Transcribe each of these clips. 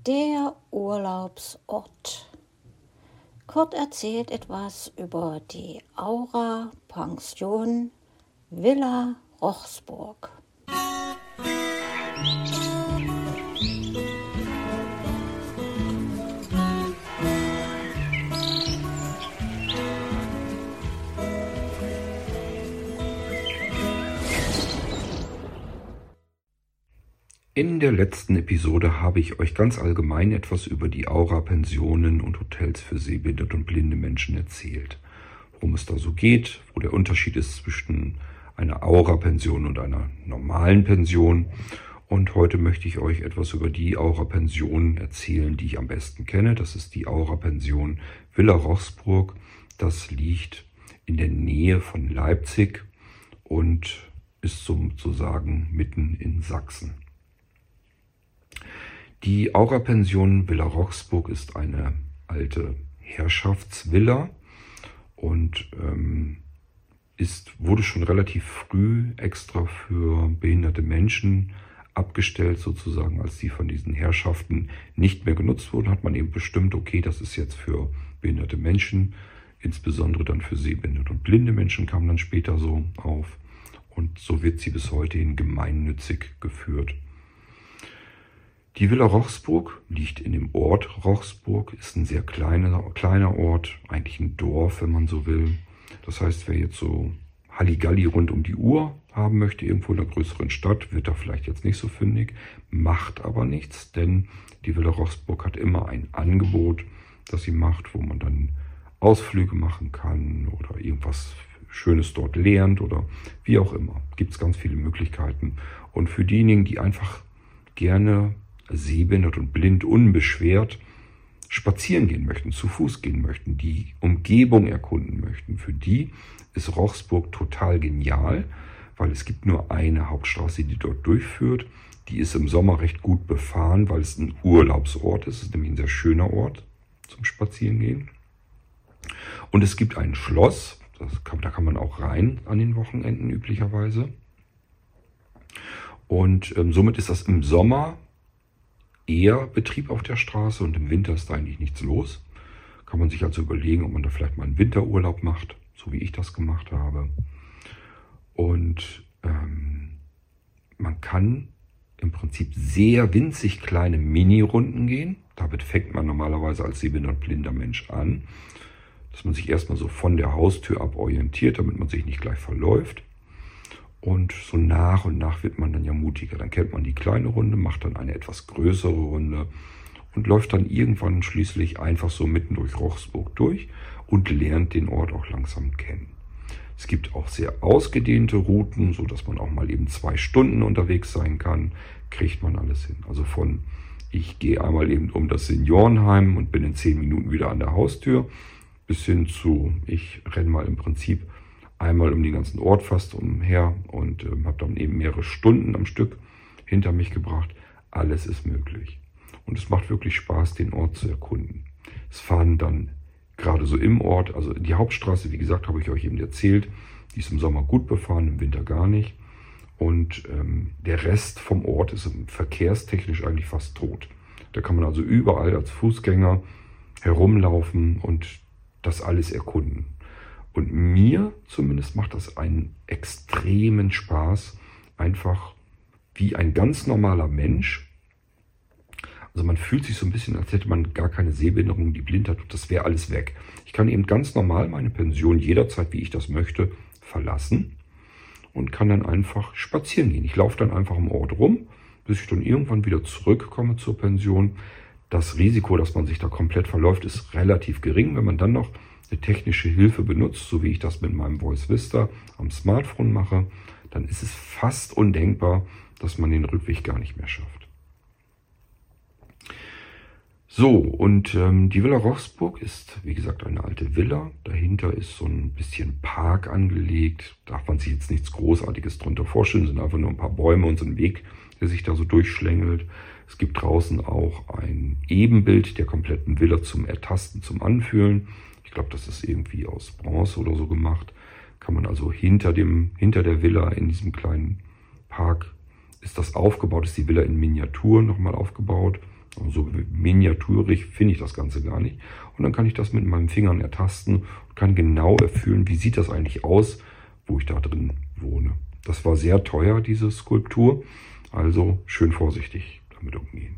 Der Urlaubsort. Kurt erzählt etwas über die Aura Pension Villa Rochsburg. In der letzten Episode habe ich euch ganz allgemein etwas über die Aura-Pensionen und Hotels für sehbehinderte und blinde Menschen erzählt. Worum es da so geht, wo der Unterschied ist zwischen einer Aura-Pension und einer normalen Pension. Und heute möchte ich euch etwas über die Aura-Pension erzählen, die ich am besten kenne. Das ist die Aura-Pension Villa Rochsburg. Das liegt in der Nähe von Leipzig und ist sozusagen mitten in Sachsen. Die Aura-Pension Villa Rochsburg ist eine alte Herrschaftsvilla und wurde schon relativ früh extra für behinderte Menschen abgestellt, sozusagen. Als die von diesen Herrschaften nicht mehr genutzt wurden, hat man eben bestimmt, okay, das ist jetzt für behinderte Menschen, insbesondere dann für sehbehinderte und blinde Menschen kam dann später so auf. Und so wird sie bis heute gemeinnützig geführt. Die Villa Rochsburg liegt in dem Ort Rochsburg, ist ein sehr kleiner Ort, eigentlich ein Dorf, wenn man so will. Das heißt, wer jetzt so Halligalli rund um die Uhr haben möchte, irgendwo in einer größeren Stadt, wird da vielleicht jetzt nicht so fündig, macht aber nichts, denn die Villa Rochsburg hat immer ein Angebot, das sie macht, wo man dann Ausflüge machen kann oder irgendwas Schönes dort lernt oder wie auch immer. Gibt es ganz viele Möglichkeiten. Und für diejenigen, die einfach gerne sehbehindert und blind unbeschwert spazieren gehen möchten, zu Fuß gehen möchten, die Umgebung erkunden möchten, für die ist Rochsburg total genial, weil es gibt nur eine Hauptstraße, die dort durchführt. Die ist im Sommer recht gut befahren, weil es ein Urlaubsort ist. Es ist nämlich ein sehr schöner Ort zum Spazierengehen. Und es gibt ein Schloss, da kann man auch rein an den Wochenenden üblicherweise. Und somit ist das im Sommer eher Betrieb auf der Straße und im Winter ist da eigentlich nichts los. Kann man sich also überlegen, ob man da vielleicht mal einen Winterurlaub macht, so wie ich das gemacht habe. Und man kann im Prinzip sehr winzig kleine Mini-Runden gehen. Damit fängt man normalerweise als sehbehindert und blinder Mensch an, dass man sich erstmal so von der Haustür ab orientiert, damit man sich nicht gleich verläuft. Und so nach und nach wird man dann ja mutiger. Dann kennt man die kleine Runde, macht dann eine etwas größere Runde und läuft dann irgendwann schließlich einfach so mitten durch Rochsburg durch und lernt den Ort auch langsam kennen. Es gibt auch sehr ausgedehnte Routen, so dass man auch mal eben 2 Stunden unterwegs sein kann, kriegt man alles hin. Also von ich gehe einmal eben um das Seniorenheim und bin in 10 Minuten wieder an der Haustür, bis hin zu ich renne mal im Prinzip einmal um den ganzen Ort fast umher und habe dann eben mehrere Stunden am Stück hinter mich gebracht. Alles ist möglich. Und es macht wirklich Spaß, den Ort zu erkunden. Es fahren dann gerade so im Ort, also die Hauptstraße, wie gesagt, habe ich euch eben erzählt, die ist im Sommer gut befahren, im Winter gar nicht. Und der Rest vom Ort ist verkehrstechnisch eigentlich fast tot. Da kann man also überall als Fußgänger herumlaufen und das alles erkunden. Und mir zumindest macht das einen extremen Spaß, einfach wie ein ganz normaler Mensch. Also man fühlt sich so ein bisschen, als hätte man gar keine Sehbehinderung, die Blindheit, das wäre alles weg. Ich kann eben ganz normal meine Pension jederzeit, wie ich das möchte, verlassen und kann dann einfach spazieren gehen. Ich laufe dann einfach im Ort rum, bis ich dann irgendwann wieder zurückkomme zur Pension. Das Risiko, dass man sich da komplett verläuft, ist relativ gering, wenn man dann noch eine technische Hilfe benutzt, so wie ich das mit meinem Voice Vista am Smartphone mache, dann ist es fast undenkbar, dass man den Rückweg gar nicht mehr schafft. So, und die Villa Rochsburg ist, wie gesagt, eine alte Villa. Dahinter ist so ein bisschen Park angelegt. Darf man sich jetzt nichts Großartiges drunter vorstellen, sind einfach nur ein paar Bäume und so ein Weg, der sich da so durchschlängelt. Es gibt draußen auch ein Ebenbild der kompletten Villa zum Ertasten, zum Anfühlen. Ich glaube, das ist irgendwie aus Bronze oder so gemacht. Kann man also hinter der Villa in diesem kleinen Park ist das aufgebaut, ist die Villa in Miniatur nochmal aufgebaut. So miniaturig finde ich das Ganze gar nicht. Und dann kann ich das mit meinen Fingern ertasten und kann genau erfüllen, wie sieht das eigentlich aus, wo ich da drin wohne. Das war sehr teuer, diese Skulptur. Also schön vorsichtig damit umgehen.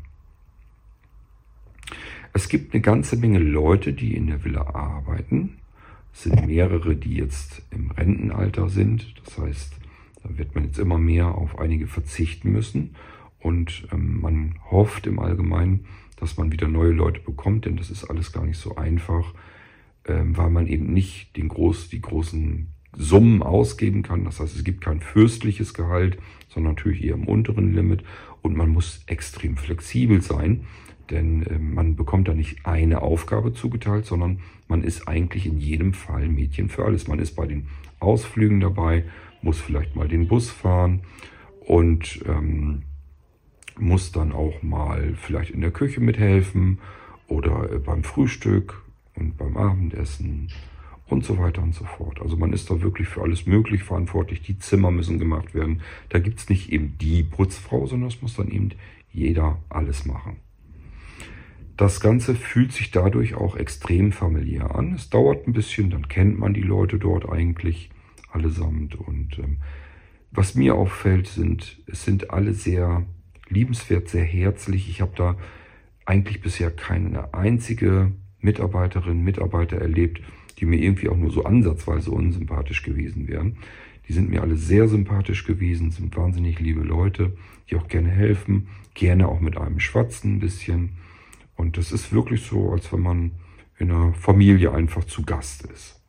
Es gibt eine ganze Menge Leute, die in der Villa arbeiten. Es sind mehrere, die jetzt im Rentenalter sind. Das heißt, da wird man jetzt immer mehr auf einige verzichten müssen. Und man hofft im Allgemeinen, dass man wieder neue Leute bekommt, denn das ist alles gar nicht so einfach, weil man eben nicht die großen Summen ausgeben kann. Das heißt, es gibt kein fürstliches Gehalt, sondern natürlich eher im unteren Limit. Und man muss extrem flexibel sein, denn man bekommt da nicht eine Aufgabe zugeteilt, sondern man ist eigentlich in jedem Fall Mädchen für alles. Man ist bei den Ausflügen dabei, muss vielleicht mal den Bus fahren und muss dann auch mal vielleicht in der Küche mithelfen oder beim Frühstück und beim Abendessen und so weiter und so fort. Also man ist da wirklich für alles möglich verantwortlich. Die Zimmer müssen gemacht werden. Da gibt es nicht eben die Putzfrau, sondern es muss dann eben jeder alles machen. Das Ganze fühlt sich dadurch auch extrem familiär an. Es dauert ein bisschen, dann kennt man die Leute dort eigentlich allesamt. Und was mir auffällt, es sind alle sehr liebenswert, sehr herzlich. Ich habe da eigentlich bisher keine einzige Mitarbeiter erlebt, die mir irgendwie auch nur so ansatzweise unsympathisch gewesen wären. Die sind mir alle sehr sympathisch gewesen, sind wahnsinnig liebe Leute, die auch gerne helfen, gerne auch mit einem schwatzen ein bisschen. Und das ist wirklich so, als wenn man in einer Familie einfach zu Gast ist.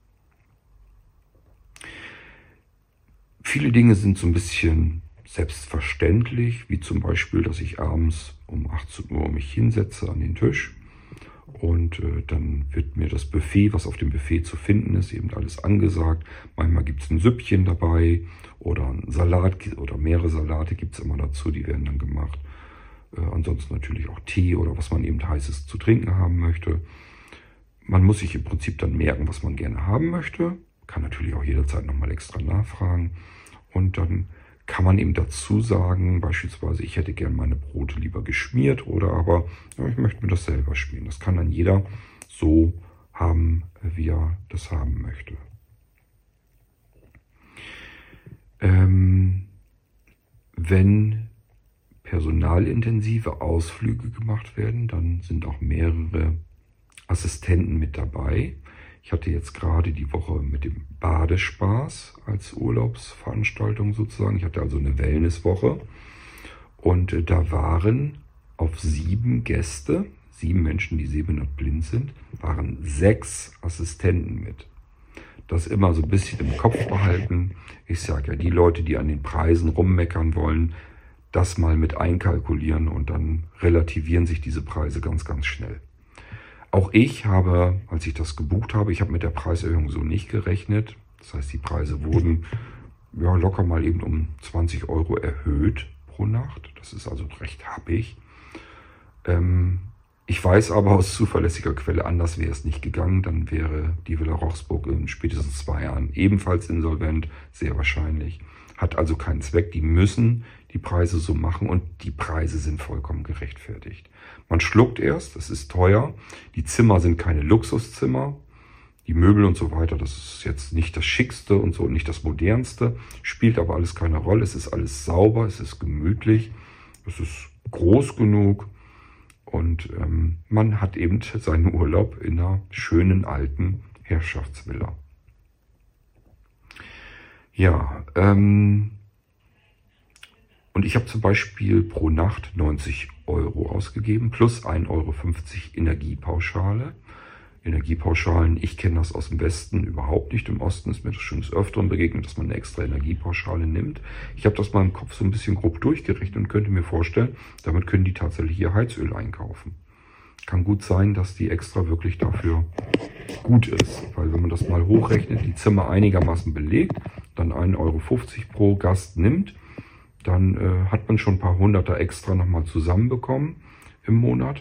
Viele Dinge sind so ein bisschen selbstverständlich, wie zum Beispiel, dass ich abends um 18 Uhr mich hinsetze an den Tisch und dann wird mir das Buffet, was auf dem Buffet zu finden ist, eben alles angesagt. Manchmal gibt es ein Süppchen dabei oder ein Salat oder mehrere Salate gibt es immer dazu, die werden dann gemacht. Ansonsten natürlich auch Tee oder was man eben heißes zu trinken haben möchte. Man muss sich im Prinzip dann merken, was man gerne haben möchte. Kann natürlich auch jederzeit nochmal extra nachfragen. Und dann kann man eben dazu sagen, beispielsweise, ich hätte gern meine Brote lieber geschmiert oder aber ja, ich möchte mir das selber schmieren. Das kann dann jeder so haben, wie er das haben möchte. Wenn personalintensive Ausflüge gemacht werden, dann sind auch mehrere Assistenten mit dabei. Ich hatte jetzt gerade die Woche mit dem Badespaß als Urlaubsveranstaltung sozusagen. Ich hatte also eine Wellnesswoche und da waren auf 7 Gäste, 7 Menschen, die sehbehindertblind sind, waren 6 Assistenten mit. Das immer so ein bisschen im Kopf behalten. Ich sage ja, die Leute, die an den Preisen rummeckern wollen, das mal mit einkalkulieren und dann relativieren sich diese Preise ganz, ganz schnell. Auch ich habe, als ich das gebucht habe, ich habe mit der Preiserhöhung so nicht gerechnet. Das heißt, die Preise wurden ja locker mal eben um 20 € erhöht pro Nacht. Das ist also recht happig. Ich weiß aber aus zuverlässiger Quelle, anders wäre es nicht gegangen. Dann wäre die Villa Rochsburg in spätestens 2 Jahren ebenfalls insolvent, sehr wahrscheinlich. Hat also keinen Zweck. Die müssen die Preise so machen und die Preise sind vollkommen gerechtfertigt. Man schluckt erst, es ist teuer. Die Zimmer sind keine Luxuszimmer. Die Möbel und so weiter, das ist jetzt nicht das Schickste und so, nicht das Modernste. Spielt aber alles keine Rolle. Es ist alles sauber, es ist gemütlich, es ist groß genug. Und man hat eben seinen Urlaub in einer schönen alten Herrschaftsvilla. Ja, und ich habe zum Beispiel pro Nacht 90 € ausgegeben, plus 1,50 € Energiepauschale. Energiepauschalen, ich kenne das aus dem Westen überhaupt nicht. Im Osten ist mir das schon des Öfteren begegnet, dass man eine extra Energiepauschale nimmt. Ich habe das mal im Kopf so ein bisschen grob durchgerechnet und könnte mir vorstellen, damit können die tatsächlich ihr Heizöl einkaufen. Kann gut sein, dass die extra wirklich dafür gut ist. Weil wenn man das mal hochrechnet, die Zimmer einigermaßen belegt, dann 1,50 € pro Gast nimmt, dann hat man schon ein paar Hunderter extra nochmal zusammenbekommen im Monat.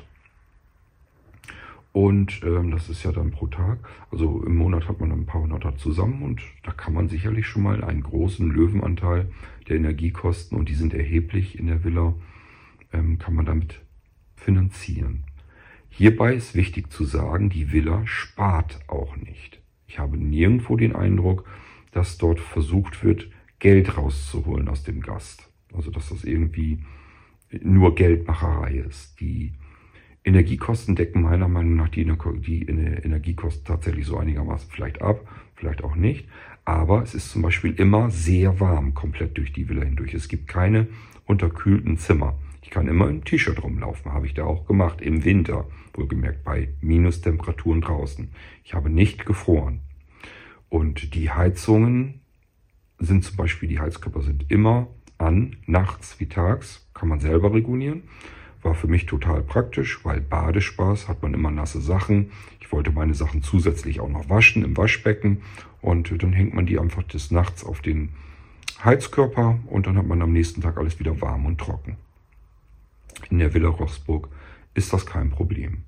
Und das ist ja dann pro Tag. Also im Monat hat man dann ein paar Hunderter zusammen und da kann man sicherlich schon mal einen großen Löwenanteil der Energiekosten, und die sind erheblich in der Villa, kann man damit finanzieren. Hierbei ist wichtig zu sagen, die Villa spart auch nicht. Ich habe nirgendwo den Eindruck, dass dort versucht wird, Geld rauszuholen aus dem Gast. Also dass das irgendwie nur Geldmacherei ist. Die Energiekosten decken meiner Meinung nach die Energiekosten tatsächlich so einigermaßen vielleicht ab, vielleicht auch nicht. Aber es ist zum Beispiel immer sehr warm, komplett durch die Villa hindurch. Es gibt keine unterkühlten Zimmer. Ich kann immer im T-Shirt rumlaufen, habe ich da auch gemacht, im Winter, wohlgemerkt bei Minustemperaturen draußen. Ich habe nicht gefroren. Und die Heizungen sind zum Beispiel, die Heizkörper sind immer an, nachts wie tags, kann man selber regulieren. War für mich total praktisch, weil Badespaß hat man immer nasse Sachen. Ich wollte meine Sachen zusätzlich auch noch waschen im Waschbecken und dann hängt man die einfach des Nachts auf den Heizkörper und dann hat man am nächsten Tag alles wieder warm und trocken. In der Villa Rochsburg ist das kein Problem.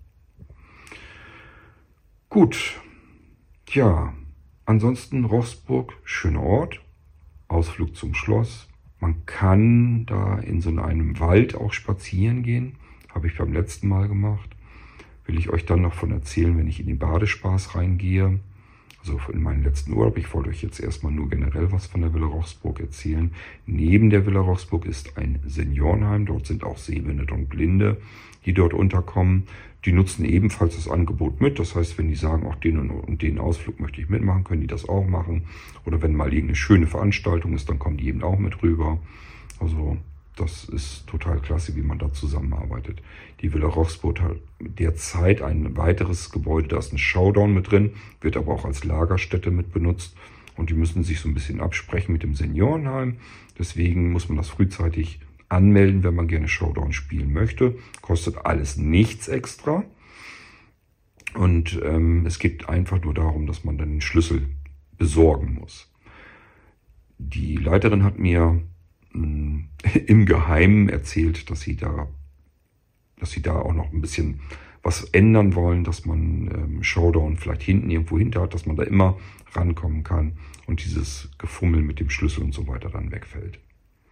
Gut, ja, ansonsten Rochsburg, schöner Ort, Ausflug zum Schloss. Man kann da in so einem Wald auch spazieren gehen. Habe ich beim letzten Mal gemacht. Will ich euch dann noch von erzählen, wenn ich in den Badespaß reingehe. Also in meinen letzten Urlaub. Ich wollte euch jetzt erstmal nur generell was von der Villa Rochsburg erzählen. Neben der Villa Rochsburg ist ein Seniorenheim. Dort sind auch Sehbehinderte und Blinde, die dort unterkommen. Die nutzen ebenfalls das Angebot mit. Das heißt, wenn die sagen, auch den und den Ausflug möchte ich mitmachen, können die das auch machen. Oder wenn mal irgendeine schöne Veranstaltung ist, dann kommen die eben auch mit rüber. Also das ist total klasse, wie man da zusammenarbeitet. Die Villa Rochsburg hat derzeit ein weiteres Gebäude, da ist ein Showdown mit drin, wird aber auch als Lagerstätte mit benutzt. Und die müssen sich so ein bisschen absprechen mit dem Seniorenheim. Deswegen muss man das frühzeitig anmelden, wenn man gerne Showdown spielen möchte. Kostet alles nichts extra. Und es geht einfach nur darum, dass man dann den Schlüssel besorgen muss. Die Leiterin hat mir im Geheimen erzählt, dass sie da auch noch ein bisschen was ändern wollen, dass man Showdown vielleicht hinten irgendwo hinter hat, dass man da immer rankommen kann und dieses Gefummel mit dem Schlüssel und so weiter dann wegfällt.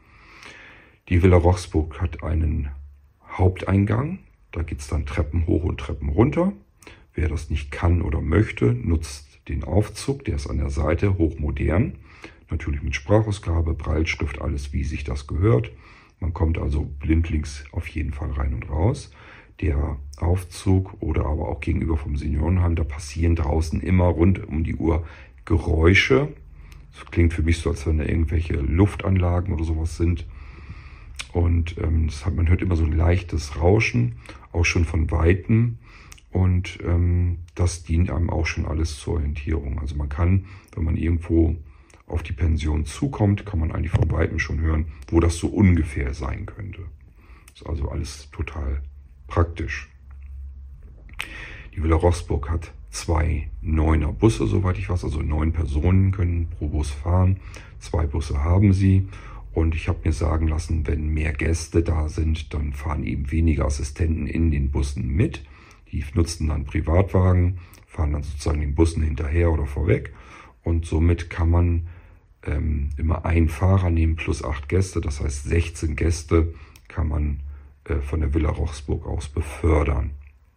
Die Villa Rochsburg hat einen Haupteingang, da geht es dann Treppen hoch und Treppen runter. Wer das nicht kann oder möchte, nutzt den Aufzug, der ist an der Seite hochmodern. Natürlich mit Sprachausgabe, Brailleschrift, alles wie sich das gehört. Man kommt also blindlings auf jeden Fall rein und raus. Der Aufzug oder aber auch gegenüber vom Seniorenheim, da passieren draußen immer rund um die Uhr Geräusche. Das klingt für mich so, als wenn da irgendwelche Luftanlagen oder sowas sind. Und man hört immer so ein leichtes Rauschen, auch schon von Weitem. Und das dient einem auch schon alles zur Orientierung. Also man kann, wenn man irgendwo auf die Pension zukommt, kann man eigentlich von Weitem schon hören, wo das so ungefähr sein könnte. Das ist also alles total praktisch. Die Villa Rochsburg hat 2 9er Busse, soweit ich weiß. Also 9 Personen können pro Bus fahren. 2 Busse haben sie. Und ich habe mir sagen lassen, wenn mehr Gäste da sind, dann fahren eben weniger Assistenten in den Bussen mit. Die nutzen dann Privatwagen, fahren dann sozusagen den Bussen hinterher oder vorweg. Und somit kann man immer einen Fahrer nehmen plus 8 Gäste. Das heißt 16 Gäste kann man von der Villa Rochsburg aus befördern.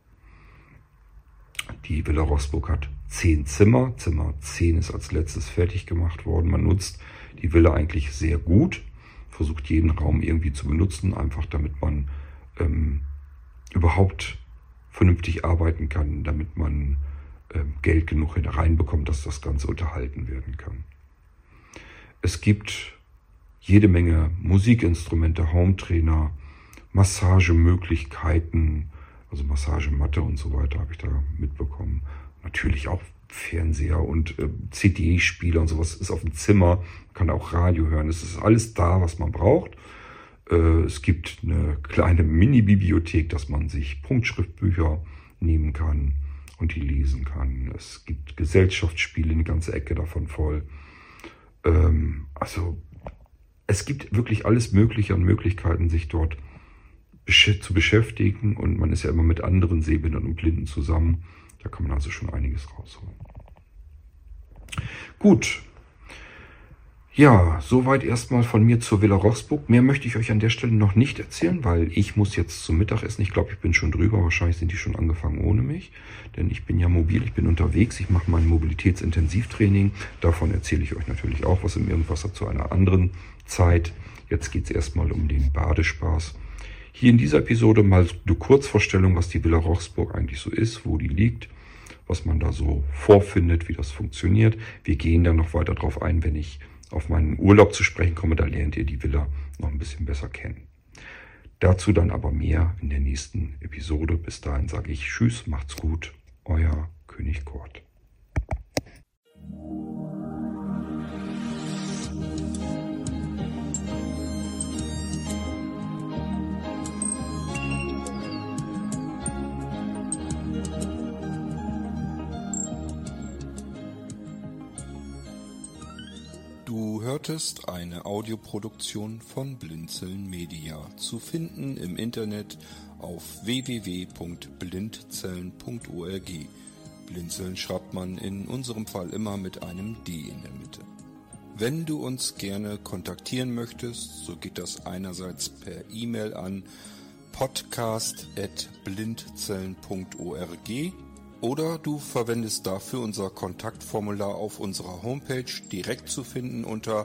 Die Villa Rochsburg hat 10 Zimmer. Zimmer 10 ist als letztes fertig gemacht worden. Man nutzt die Villa eigentlich sehr gut. Versucht jeden Raum irgendwie zu benutzen, einfach damit man überhaupt vernünftig arbeiten kann, damit man Geld genug reinbekommt, dass das Ganze unterhalten werden kann. Es gibt jede Menge Musikinstrumente, Hometrainer, Massagemöglichkeiten, also Massagematte und so weiter habe ich da mitbekommen. Natürlich auch Fernseher und CD-Spieler und sowas ist auf dem Zimmer. Man kann auch Radio hören. Es ist alles da, was man braucht. Es gibt eine kleine Mini-Bibliothek, dass man sich Punktschriftbücher nehmen kann und die lesen kann. Es gibt Gesellschaftsspiele, eine ganze Ecke davon voll. Also es gibt wirklich alles Mögliche an Möglichkeiten, sich dort zu beschäftigen. Und man ist ja immer mit anderen Sehbehinderten und Blinden zusammen. Da kann man also schon einiges rausholen. Gut. Ja, soweit erstmal von mir zur Villa Rochsburg. Mehr möchte ich euch an der Stelle noch nicht erzählen, weil ich muss jetzt zum Mittagessen. Ich glaube, ich bin schon drüber. Wahrscheinlich sind die schon angefangen ohne mich. Denn ich bin ja mobil, ich bin unterwegs. Ich mache mein Mobilitätsintensivtraining. Davon erzähle ich euch natürlich auch was im Irgendwasser zu einer anderen Zeit. Jetzt geht es erstmal um den Badespaß. Hier in dieser Episode mal eine Kurzvorstellung, was die Villa Rochsburg eigentlich so ist, wo die liegt, was man da so vorfindet, wie das funktioniert. Wir gehen dann noch weiter drauf ein, wenn ich auf meinen Urlaub zu sprechen komme, da lernt ihr die Villa noch ein bisschen besser kennen. Dazu dann aber mehr in der nächsten Episode. Bis dahin sage ich Tschüss, macht's gut, euer König Kurt. Du hörtest eine Audioproduktion von Blinzeln Media, zu finden im Internet auf www.blindzellen.org. Blinzeln schreibt man in unserem Fall immer mit einem D in der Mitte. Wenn du uns gerne kontaktieren möchtest, so geht das einerseits per E-Mail an podcast@blindzellen.org oder du verwendest dafür unser Kontaktformular auf unserer Homepage, direkt zu finden unter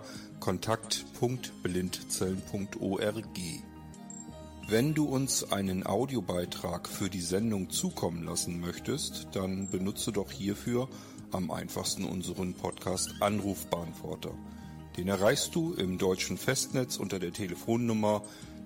kontakt.blindzellen.org. Wenn du uns einen Audiobeitrag für die Sendung zukommen lassen möchtest, dann benutze doch hierfür am einfachsten unseren Podcast Anrufbeantworter. Den erreichst du im deutschen Festnetz unter der Telefonnummer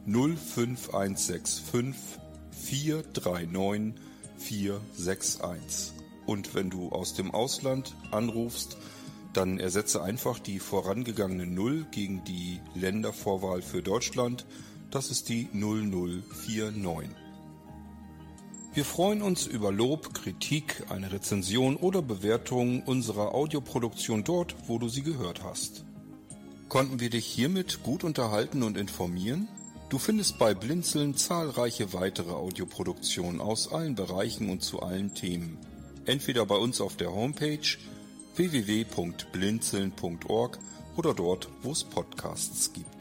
05165 439 461. Und wenn du aus dem Ausland anrufst, dann ersetze einfach die vorangegangene 0 gegen die Ländervorwahl für Deutschland. Das ist die 0049. Wir freuen uns über Lob, Kritik, eine Rezension oder Bewertung unserer Audioproduktion dort, wo du sie gehört hast. Konnten wir dich hiermit gut unterhalten und informieren? Du findest bei Blinzeln zahlreiche weitere Audioproduktionen aus allen Bereichen und zu allen Themen. Entweder bei uns auf der Homepage www.blinzeln.org oder dort, wo es Podcasts gibt.